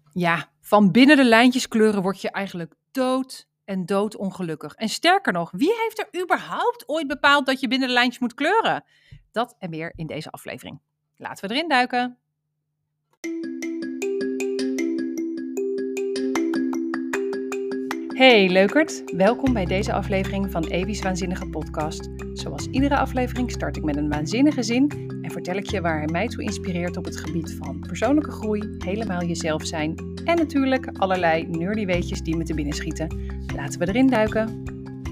Ja, van binnen de lijntjes kleuren word je eigenlijk dood en doodongelukkig. En sterker nog, wie heeft er überhaupt ooit bepaald dat je binnen de lijntjes moet kleuren? Dat en meer in deze aflevering. Laten we erin duiken. Hey leukert, welkom bij deze aflevering van Evi's Waanzinnige Podcast. Zoals iedere aflevering start ik met een waanzinnige zin en vertel ik je waar hij mij toe inspireert op het gebied van persoonlijke groei, helemaal jezelf zijn en natuurlijk allerlei nerdy weetjes die me te binnen schieten. Laten we erin duiken.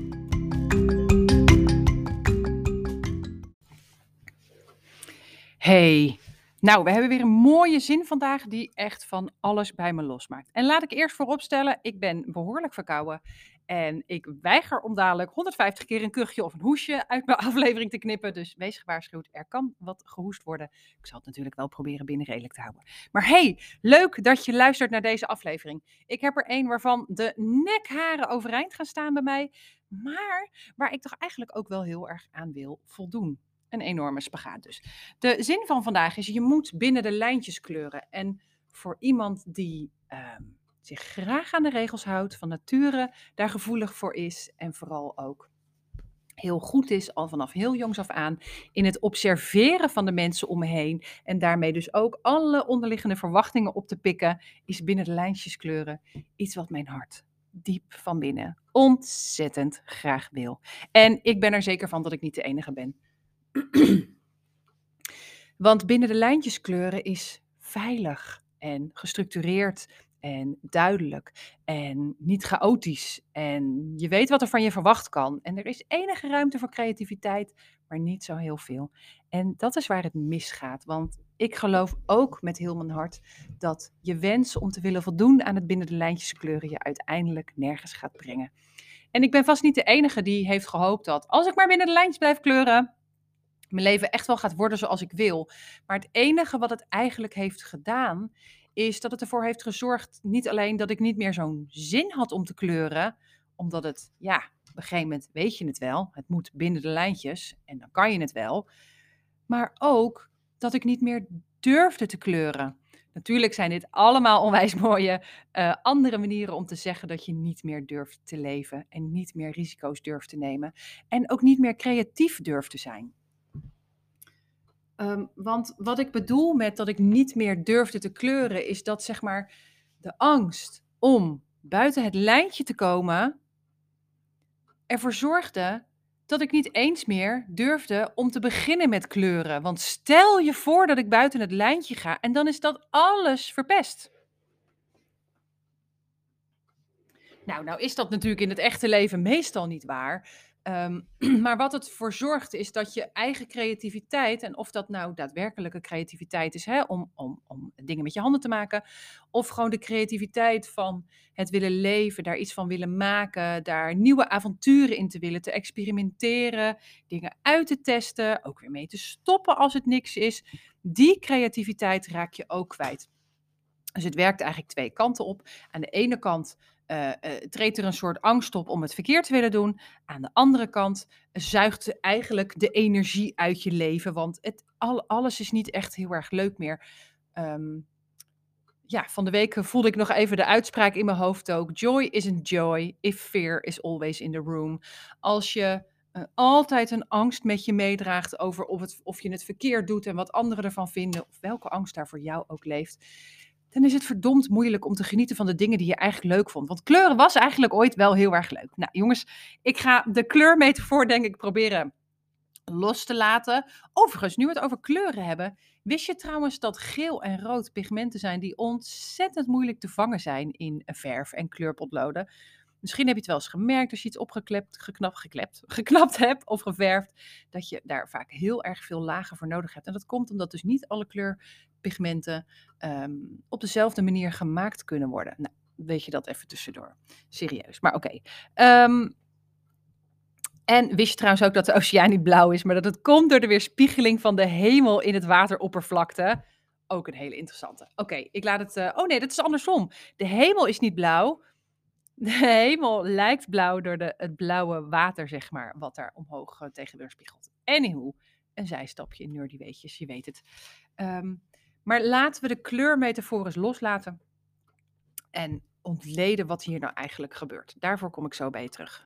Hey, nou we hebben weer een mooie zin vandaag die echt van alles bij me losmaakt. En laat ik eerst vooropstellen, ik ben behoorlijk verkouden. En ik weiger om dadelijk 150 keer een kuchje of een hoesje uit mijn aflevering te knippen. Dus wees gewaarschuwd, er kan wat gehoest worden. Ik zal het natuurlijk wel proberen binnen redelijk te houden. Maar hey, leuk dat je luistert naar deze aflevering. Ik heb er één waarvan de nekharen overeind gaan staan bij mij. Maar waar ik toch eigenlijk ook wel heel erg aan wil voldoen. Een enorme spagaat dus. De zin van vandaag is, je moet binnen de lijntjes kleuren. En voor iemand die zich graag aan de regels houdt, van nature daar gevoelig voor is en vooral ook heel goed is, al vanaf heel jongs af aan, in het observeren van de mensen om me heen en daarmee dus ook alle onderliggende verwachtingen op te pikken, is binnen de lijntjes kleuren iets wat mijn hart diep van binnen ontzettend graag wil. En ik ben er zeker van dat ik niet de enige ben. Want binnen de lijntjes kleuren is veilig en gestructureerd en duidelijk en niet chaotisch. En je weet wat er van je verwacht kan. En er is enige ruimte voor creativiteit, maar niet zo heel veel. En dat is waar het misgaat. Want ik geloof ook met heel mijn hart dat je wens om te willen voldoen aan het binnen de lijntjes kleuren je uiteindelijk nergens gaat brengen. En ik ben vast niet de enige die heeft gehoopt dat als ik maar binnen de lijntjes blijf kleuren, mijn leven echt wel gaat worden zoals ik wil. Maar het enige wat het eigenlijk heeft gedaan, is dat het ervoor heeft gezorgd, niet alleen dat ik niet meer zo'n zin had om te kleuren, omdat het, ja, op een gegeven moment weet je het wel, het moet binnen de lijntjes en dan kan je het wel, maar ook dat ik niet meer durfde te kleuren. Natuurlijk zijn dit allemaal onwijs mooie andere manieren om te zeggen dat je niet meer durft te leven en niet meer risico's durft te nemen en ook niet meer creatief durft te zijn. Want wat ik bedoel met dat ik niet meer durfde te kleuren, is dat zeg maar de angst om buiten het lijntje te komen ervoor zorgde dat ik niet eens meer durfde om te beginnen met kleuren. Want stel je voor dat ik buiten het lijntje ga en dan is dat alles verpest. Nou is dat natuurlijk in het echte leven meestal niet waar. Maar wat het voor zorgt is dat je eigen creativiteit, en of dat nou daadwerkelijke creativiteit is, hè, om dingen met je handen te maken, of gewoon de creativiteit van het willen leven, daar iets van willen maken, daar nieuwe avonturen in te willen, te experimenteren, dingen uit te testen, ook weer mee te stoppen als het niks is. Die creativiteit raak je ook kwijt. Dus het werkt eigenlijk twee kanten op. Aan de ene kant treedt er een soort angst op om het verkeerd te willen doen. Aan de andere kant zuigt eigenlijk de energie uit je leven. Want alles is niet echt heel erg leuk meer. Van de week voelde ik nog even de uitspraak in mijn hoofd ook. Joy isn't joy if fear is always in the room. Als je altijd een angst met je meedraagt over of je het verkeerd doet en wat anderen ervan vinden, of welke angst daar voor jou ook leeft, dan is het verdomd moeilijk om te genieten van de dingen die je eigenlijk leuk vond. Want kleuren was eigenlijk ooit wel heel erg leuk. Nou jongens, ik ga de kleurmetafoor denk ik proberen los te laten. Overigens, nu we het over kleuren hebben, wist je trouwens dat geel en rood pigmenten zijn die ontzettend moeilijk te vangen zijn in verf en kleurpotloden? Misschien heb je het wel eens gemerkt als je iets geknapt hebt of geverfd, dat je daar vaak heel erg veel lagen voor nodig hebt. En dat komt omdat dus niet alle kleurpigmenten op dezelfde manier gemaakt kunnen worden. Nou, weet je dat even tussendoor. Serieus, maar oké. En wist je trouwens ook dat de oceaan niet blauw is, maar dat het komt door de weerspiegeling van de hemel in het wateroppervlakte? Ook een hele interessante. Oké, ik laat het... oh nee, dat is andersom. De hemel is niet blauw. De hemel lijkt blauw door het blauwe water, zeg maar, wat daar omhoog tegen weerspiegelt. Anywho, een zijstapje in nerdy weetjes, je weet het. Maar laten we de kleurmetafoor eens loslaten. En ontleden wat hier nou eigenlijk gebeurt. Daarvoor kom ik zo bij je terug.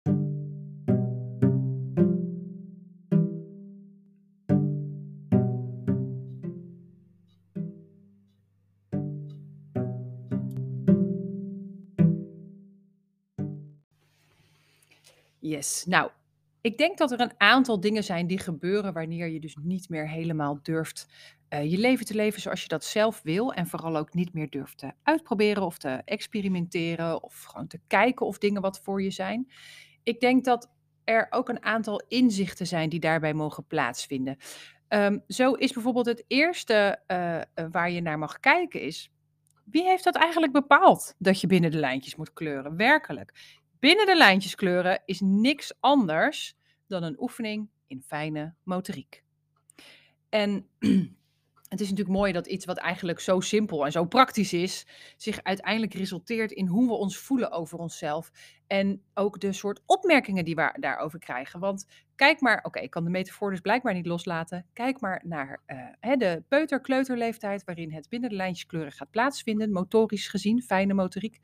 Yes. Nou, ik denk dat er een aantal dingen zijn die gebeuren wanneer je dus niet meer helemaal durft je leven te leven zoals je dat zelf wil. En vooral ook niet meer durft te uitproberen of te experimenteren of gewoon te kijken of dingen wat voor je zijn. Ik denk dat er ook een aantal inzichten zijn die daarbij mogen plaatsvinden. Zo is bijvoorbeeld het eerste waar je naar mag kijken is, wie heeft dat eigenlijk bepaald dat je binnen de lijntjes moet kleuren? Werkelijk. Binnen de lijntjes kleuren is niks anders dan een oefening in fijne motoriek. En het is natuurlijk mooi dat iets wat eigenlijk zo simpel en zo praktisch is, zich uiteindelijk resulteert in hoe we ons voelen over onszelf. En ook de soort opmerkingen die we daarover krijgen. Want kijk maar, oké, ik kan de metafoor dus blijkbaar niet loslaten. Kijk maar naar de peuter-kleuterleeftijd, waarin het binnen de lijntjes kleuren gaat plaatsvinden, motorisch gezien, fijne motoriek.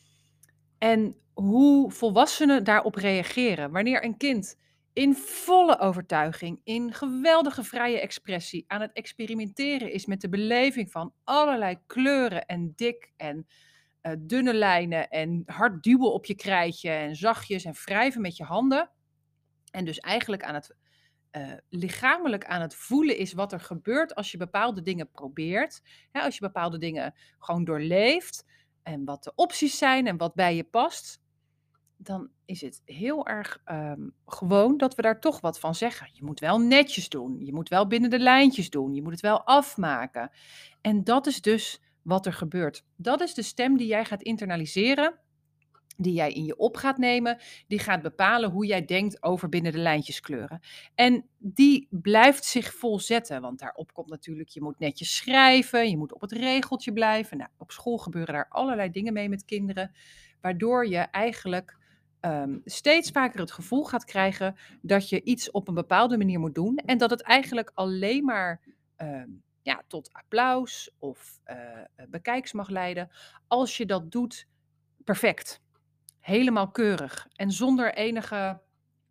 En hoe volwassenen daarop reageren. Wanneer een kind in volle overtuiging, in geweldige vrije expressie aan het experimenteren is met de beleving van allerlei kleuren en dik en dunne lijnen en hard duwen op je krijtje en zachtjes en wrijven met je handen. En dus eigenlijk aan het lichamelijk aan het voelen is wat er gebeurt als je bepaalde dingen probeert. Hè, als je bepaalde dingen gewoon doorleeft en wat de opties zijn en wat bij je past, dan is het heel erg gewoon dat we daar toch wat van zeggen. Je moet wel netjes doen, je moet wel binnen de lijntjes doen, je moet het wel afmaken. En dat is dus wat er gebeurt. Dat is de stem die jij gaat internaliseren, die jij in je op gaat nemen, die gaat bepalen hoe jij denkt over binnen de lijntjes kleuren. En die blijft zich volzetten, want daarop komt natuurlijk, je moet netjes schrijven, je moet op het regeltje blijven. Nou, op school gebeuren daar allerlei dingen mee met kinderen, waardoor je eigenlijk steeds vaker het gevoel gaat krijgen dat je iets op een bepaalde manier moet doen en dat het eigenlijk alleen maar ehm, ja, tot applaus of bekijks mag leiden als je dat doet perfect. Helemaal keurig en zonder enige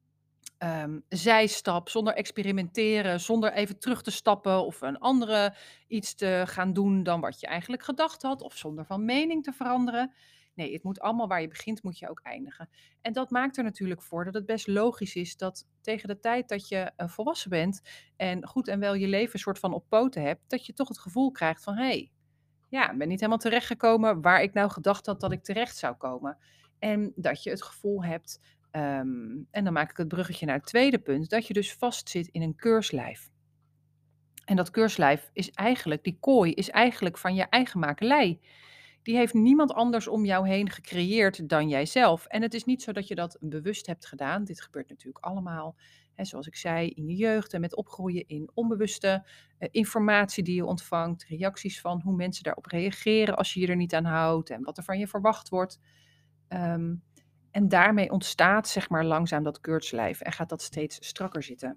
zijstap, zonder experimenteren, zonder even terug te stappen of een andere iets te gaan doen dan wat je eigenlijk gedacht had, of zonder van mening te veranderen. Nee, het moet allemaal waar je begint, moet je ook eindigen. En dat maakt er natuurlijk voor dat het best logisch is dat tegen de tijd dat je volwassen bent en goed en wel je leven soort van op poten hebt, dat je toch het gevoel krijgt van hé, ja, ik ben niet helemaal terechtgekomen waar ik nou gedacht had dat ik terecht zou komen. En dat je het gevoel hebt, en dan maak ik het bruggetje naar het tweede punt, dat je dus vastzit in een keurslijf. En dat keurslijf is eigenlijk, die kooi is eigenlijk van je eigen makelij. Die heeft niemand anders om jou heen gecreëerd dan jijzelf. En het is niet zo dat je dat bewust hebt gedaan. Dit gebeurt natuurlijk allemaal, hè, zoals ik zei, in je jeugd en met opgroeien in onbewuste informatie die je ontvangt. Reacties van hoe mensen daarop reageren als je je er niet aan houdt en wat er van je verwacht wordt. Ehm, en daarmee ontstaat zeg maar langzaam dat keurslijf en gaat dat steeds strakker zitten.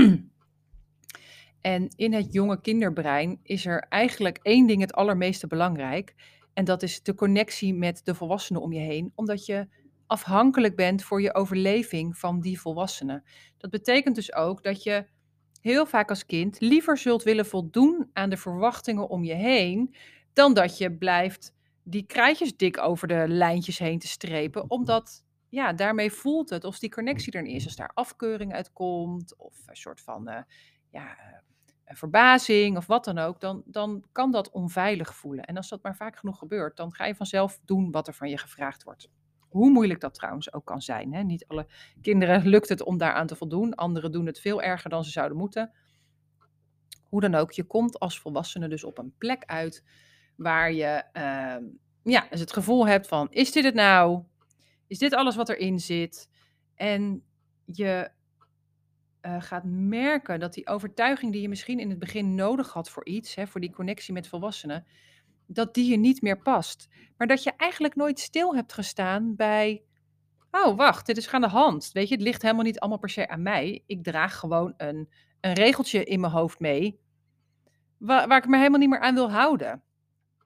En in het jonge kinderbrein is er eigenlijk één ding het allermeeste belangrijk. En dat is de connectie met de volwassenen om je heen. Omdat je afhankelijk bent voor je overleving van die volwassenen. Dat betekent dus ook dat je heel vaak als kind liever zult willen voldoen aan de verwachtingen om je heen. Dan dat je blijft die krijtjes dik over de lijntjes heen te strepen. Omdat ja, daarmee voelt het of die connectie er niet is. Als daar afkeuring uitkomt of een soort van ja, verbazing of wat dan ook, dan kan dat onveilig voelen. En als dat maar vaak genoeg gebeurt, dan ga je vanzelf doen wat er van je gevraagd wordt. Hoe moeilijk dat trouwens ook kan zijn. Hè? Niet alle kinderen lukt het om daaraan te voldoen. Anderen doen het veel erger dan ze zouden moeten. Hoe dan ook, je komt als volwassene dus op een plek uit waar je ja, dus het gevoel hebt van, is dit het nou? Is dit alles wat erin zit? En je gaat merken dat die overtuiging die je misschien in het begin nodig had voor iets, hè, voor die connectie met volwassenen, dat die je niet meer past. Maar dat je eigenlijk nooit stil hebt gestaan bij, oh wacht, dit is aan de hand. Weet je, het ligt helemaal niet allemaal per se aan mij. Ik draag gewoon een regeltje in mijn hoofd mee, waar ik me helemaal niet meer aan wil houden.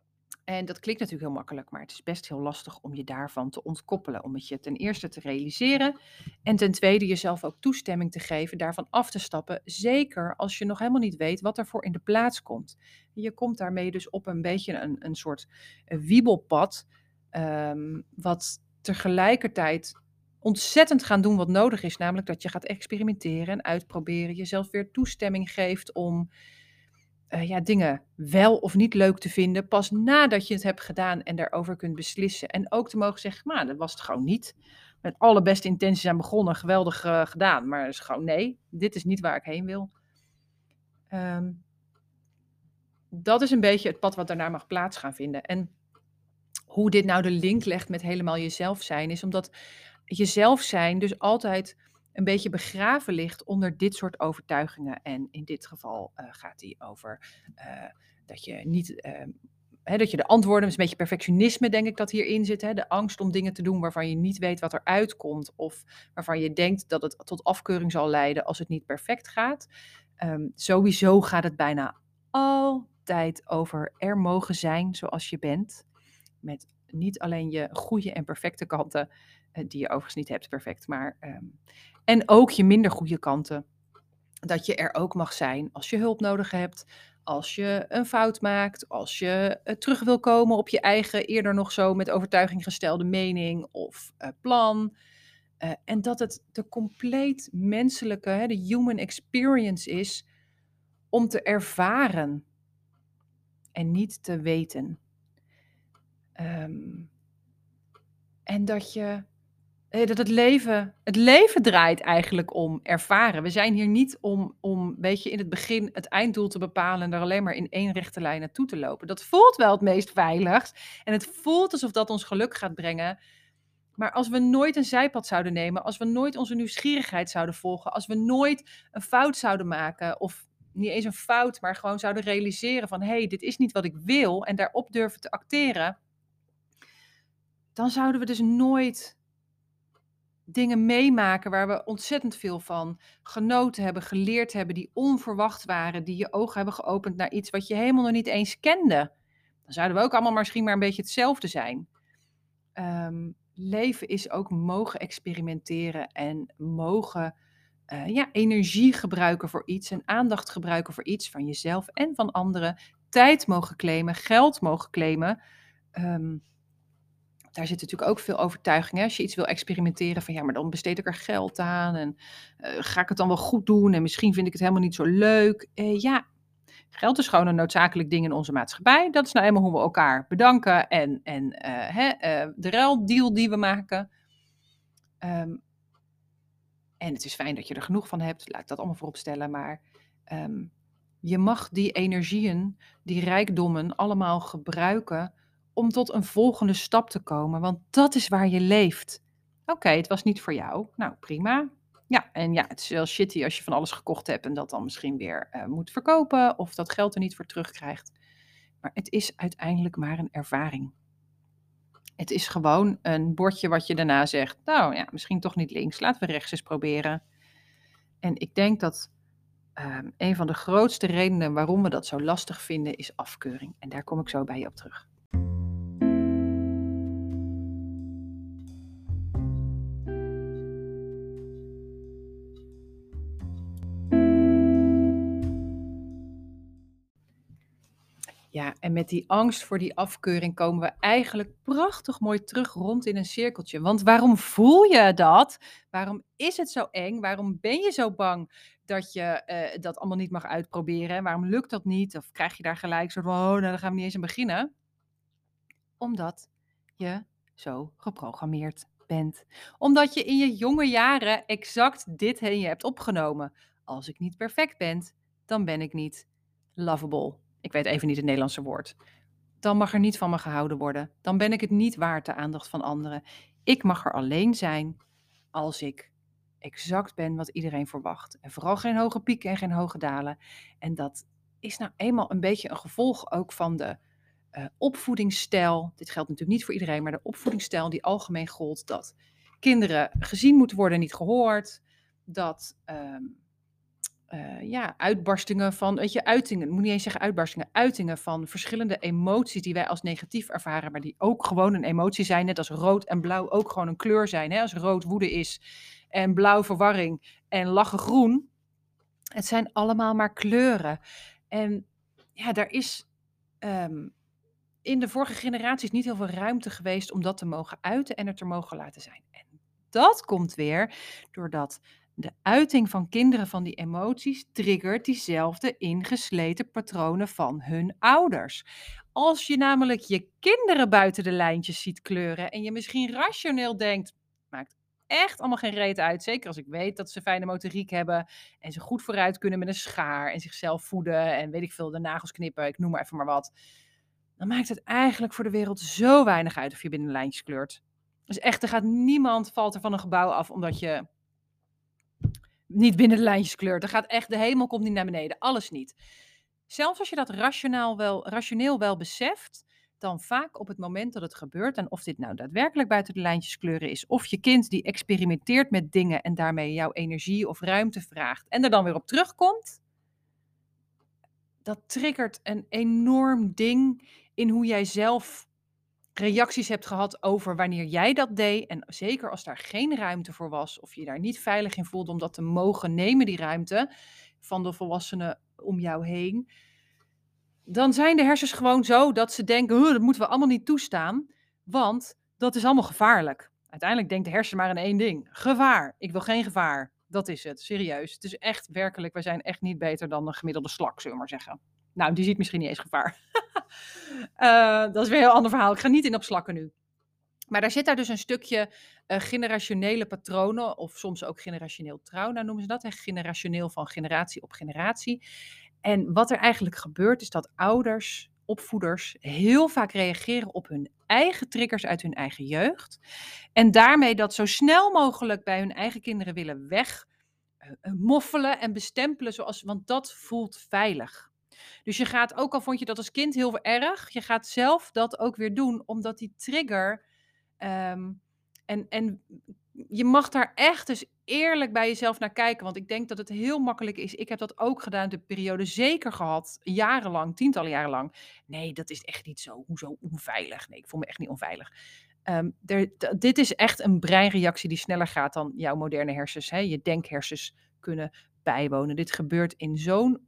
En dat klinkt natuurlijk heel makkelijk, maar het is best heel lastig om je daarvan te ontkoppelen. Om het je ten eerste te realiseren en ten tweede jezelf ook toestemming te geven daarvan af te stappen. Zeker als je nog helemaal niet weet wat er voor in de plaats komt. Je komt daarmee dus op een beetje een soort wiebelpad, wat tegelijkertijd ontzettend gaan doen wat nodig is. Namelijk dat je gaat experimenteren en uitproberen. Jezelf weer toestemming geeft om dingen wel of niet leuk te vinden, pas nadat je het hebt gedaan en daarover kunt beslissen. En ook te mogen zeggen, maar dat was het gewoon niet. Met alle beste intenties aan begonnen, geweldig gedaan, maar het is gewoon nee, dit is niet waar ik heen wil. Ehm, dat is een beetje het pad wat daarna mag plaats gaan vinden. En hoe dit nou de link legt met helemaal jezelf zijn, is omdat jezelf zijn dus altijd een beetje begraven ligt onder dit soort overtuigingen. En in dit geval gaat die over dat je niet, dat je de antwoorden, dus een beetje perfectionisme denk ik dat hierin zit. Hè, de angst om dingen te doen waarvan je niet weet wat er uitkomt. Of waarvan je denkt dat het tot afkeuring zal leiden als het niet perfect gaat. Sowieso gaat het bijna altijd over er mogen zijn zoals je bent. Met niet alleen je goede en perfecte kanten, die je overigens niet hebt perfect, maar en ook je minder goede kanten. Dat je er ook mag zijn als je hulp nodig hebt, als je een fout maakt, als je terug wil komen op je eigen eerder nog zo met overtuiging gestelde mening of plan. En dat het de compleet menselijke, de human experience is om te ervaren en niet te weten. En dat het leven draait eigenlijk om ervaren. We zijn hier niet om weet je, in het begin het einddoel te bepalen en er alleen maar in één rechte lijn naartoe te lopen. Dat voelt wel het meest veiligst en het voelt alsof dat ons geluk gaat brengen. Maar als we nooit een zijpad zouden nemen, als we nooit onze nieuwsgierigheid zouden volgen, als we nooit een fout zouden maken of niet eens een fout, maar gewoon zouden realiseren van hé, dit is niet wat ik wil en daarop durven te acteren, dan zouden we dus nooit dingen meemaken waar we ontzettend veel van genoten hebben, geleerd hebben, die onverwacht waren, die je ogen hebben geopend naar iets wat je helemaal nog niet eens kende. Dan zouden we ook allemaal misschien maar een beetje hetzelfde zijn. Leven is ook mogen experimenteren en mogen energie gebruiken voor iets en aandacht gebruiken voor iets van jezelf en van anderen. Tijd mogen claimen, geld mogen claimen. Daar zit natuurlijk ook veel overtuiging. Als je iets wil experimenteren van ja, maar dan besteed ik er geld aan en ga ik het dan wel goed doen en misschien vind ik het helemaal niet zo leuk. Geld is gewoon een noodzakelijk ding in onze maatschappij. Dat is nou eenmaal hoe we elkaar bedanken en de ruildeal die we maken. En het is fijn dat je er genoeg van hebt, laat ik dat allemaal voorop stellen, maar je mag die energieën, die rijkdommen allemaal gebruiken om tot een volgende stap te komen, want dat is waar je leeft. Oké, het was niet voor jou. Nou, prima. Ja, en ja, het is wel shitty als je van alles gekocht hebt en dat dan misschien weer moet verkopen of dat geld er niet voor terugkrijgt. Maar het is uiteindelijk maar een ervaring. Het is gewoon een bordje wat je daarna zegt, nou ja, misschien toch niet links, laten we rechts eens proberen. En ik denk dat een van de grootste redenen waarom we dat zo lastig vinden is afkeuring. En daar kom ik zo bij je op terug. Ja, en met die angst voor die afkeuring komen we eigenlijk prachtig mooi terug rond in een cirkeltje. Want waarom voel je dat? Waarom is het zo eng? Waarom ben je zo bang dat je dat allemaal niet mag uitproberen? Waarom lukt dat niet? Of krijg je daar gelijk zo van, oh, nou, daar gaan we niet eens aan beginnen? Omdat je zo geprogrammeerd bent. Omdat je in je jonge jaren exact dit in je hebt opgenomen. Als ik niet perfect ben, dan ben ik niet lovable. Ik weet even niet het Nederlandse woord. Dan mag er niet van me gehouden worden. Dan ben ik het niet waard, de aandacht van anderen. Ik mag er alleen zijn als ik exact ben wat iedereen verwacht. En vooral geen hoge pieken en geen hoge dalen. En dat is nou eenmaal een beetje een gevolg ook van de opvoedingsstijl. Dit geldt natuurlijk niet voor iedereen, maar de opvoedingsstijl die algemeen gold dat kinderen gezien moeten worden, niet gehoord. Dat uitbarstingen van, uitingen, ik moet niet eens zeggen uitbarstingen, uitingen van verschillende emoties die wij als negatief ervaren, maar die ook gewoon een emotie zijn, net als rood en blauw ook gewoon een kleur zijn. Hè? Als rood woede is en blauw verwarring en lachen groen, het zijn allemaal maar kleuren. En ja, daar is in de vorige generaties niet heel veel ruimte geweest om dat te mogen uiten en er te mogen laten zijn. En dat komt weer doordat de uiting van kinderen van die emoties triggert diezelfde ingesleten patronen van hun ouders. Als je namelijk je kinderen buiten de lijntjes ziet kleuren en je misschien rationeel denkt, maakt echt allemaal geen reet uit, zeker als ik weet dat ze fijne motoriek hebben en ze goed vooruit kunnen met een schaar en zichzelf voeden en weet ik veel, de nagels knippen, ik noem maar even maar wat. Dan maakt het eigenlijk voor de wereld zo weinig uit of je binnen de lijntjes kleurt. Dus echt, valt er van een gebouw af omdat je niet binnen de lijntjes kleurt. De hemel komt niet naar beneden, alles niet. Zelfs als je dat rationeel wel beseft, dan vaak op het moment dat het gebeurt, en of dit nou daadwerkelijk buiten de lijntjes kleuren is, of je kind die experimenteert met dingen en daarmee jouw energie of ruimte vraagt en er dan weer op terugkomt, dat triggert een enorm ding in hoe jij zelf reacties hebt gehad over wanneer jij dat deed. En zeker als daar geen ruimte voor was, of je daar niet veilig in voelde om dat te mogen nemen, die ruimte van de volwassenen om jou heen. Dan zijn de hersens gewoon zo dat ze denken, dat moeten we allemaal niet toestaan, want dat is allemaal gevaarlijk. Uiteindelijk denkt de hersen maar aan één ding. Gevaar. Ik wil geen gevaar. Dat is het, serieus. Het is echt werkelijk, wij zijn echt niet beter dan een gemiddelde slak, zullen we maar zeggen. Nou, die ziet misschien niet eens gevaar. Dat is weer een heel ander verhaal. Ik ga niet in op slakken nu. Maar daar zit daar dus een stukje generationele patronen, of soms ook generationeel trauma noemen ze dat. Hè? Generationeel van generatie op generatie. En wat er eigenlijk gebeurt is dat ouders, opvoeders heel vaak reageren op hun eigen triggers uit hun eigen jeugd. En daarmee dat zo snel mogelijk bij hun eigen kinderen willen wegmoffelen en bestempelen, want dat voelt veilig. Dus je gaat, ook al vond je dat als kind heel erg, je gaat zelf dat ook weer doen, omdat die trigger, en je mag daar echt dus eerlijk bij jezelf naar kijken, want ik denk dat het heel makkelijk is. Ik heb dat ook gedaan, de periode zeker gehad, jarenlang, tientallen jaren lang. Nee, dat is echt niet zo. Hoezo onveilig? Nee, ik voel me echt niet onveilig. Dit is echt een breinreactie die sneller gaat dan jouw moderne hersens. Hè? Je denkhersens kunnen bijwonen. Dit gebeurt in zo'n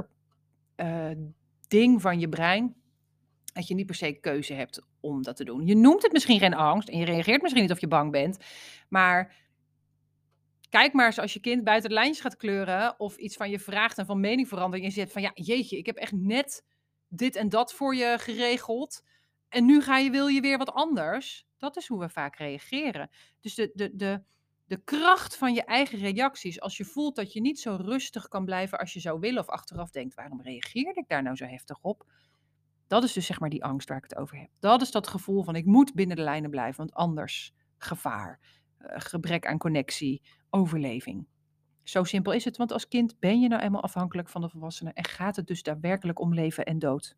ding van je brein, dat je niet per se keuze hebt om dat te doen. Je noemt het misschien geen angst en je reageert misschien niet of je bang bent, maar kijk maar eens als je kind buiten de lijntjes gaat kleuren of iets van je vraagt en van mening verandert en je zegt van ja, jeetje, ik heb echt net dit en dat voor je geregeld en nu wil je weer wat anders. Dat is hoe we vaak reageren. Dus de kracht van je eigen reacties, als je voelt dat je niet zo rustig kan blijven als je zou willen of achteraf denkt, waarom reageerde ik daar nou zo heftig op? Dat is dus zeg maar die angst waar ik het over heb. Dat is dat gevoel van ik moet binnen de lijnen blijven, want anders gevaar, gebrek aan connectie, overleving. Zo simpel is het, want als kind ben je nou eenmaal afhankelijk van de volwassenen en gaat het dus daadwerkelijk om leven en dood.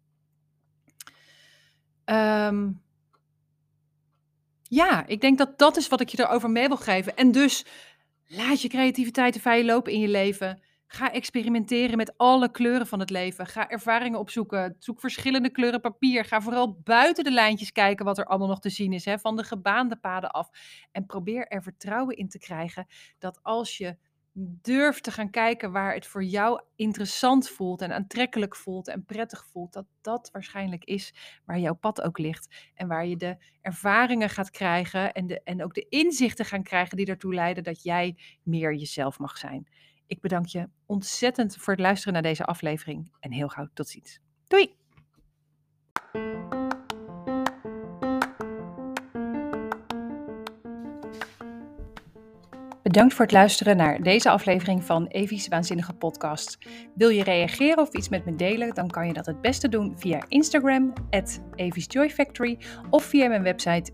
Ja, ik denk dat dat is wat ik je erover mee wil geven. En dus laat je creativiteit vrij lopen in je leven. Ga experimenteren met alle kleuren van het leven. Ga ervaringen opzoeken. Zoek verschillende kleuren papier. Ga vooral buiten de lijntjes kijken wat er allemaal nog te zien is. Hè, van de gebaande paden af. En probeer er vertrouwen in te krijgen dat als je durft te gaan kijken waar het voor jou interessant voelt en aantrekkelijk voelt en prettig voelt, dat dat waarschijnlijk is waar jouw pad ook ligt. En waar je de ervaringen gaat krijgen en ook de inzichten gaan krijgen die ertoe leiden dat jij meer jezelf mag zijn. Ik bedank je ontzettend voor het luisteren naar deze aflevering en heel gauw tot ziens. Doei! Bedankt voor het luisteren naar deze aflevering van Evie's Waanzinnige Podcast. Wil je reageren of iets met me delen, dan kan je dat het beste doen via Instagram @eviesjoyfactory of via mijn website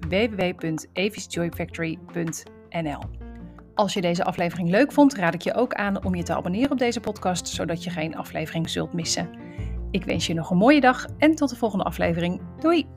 www.eviesjoyfactory.nl. Als je deze aflevering leuk vond, raad ik je ook aan om je te abonneren op deze podcast, zodat je geen aflevering zult missen. Ik wens je nog een mooie dag en tot de volgende aflevering. Doei!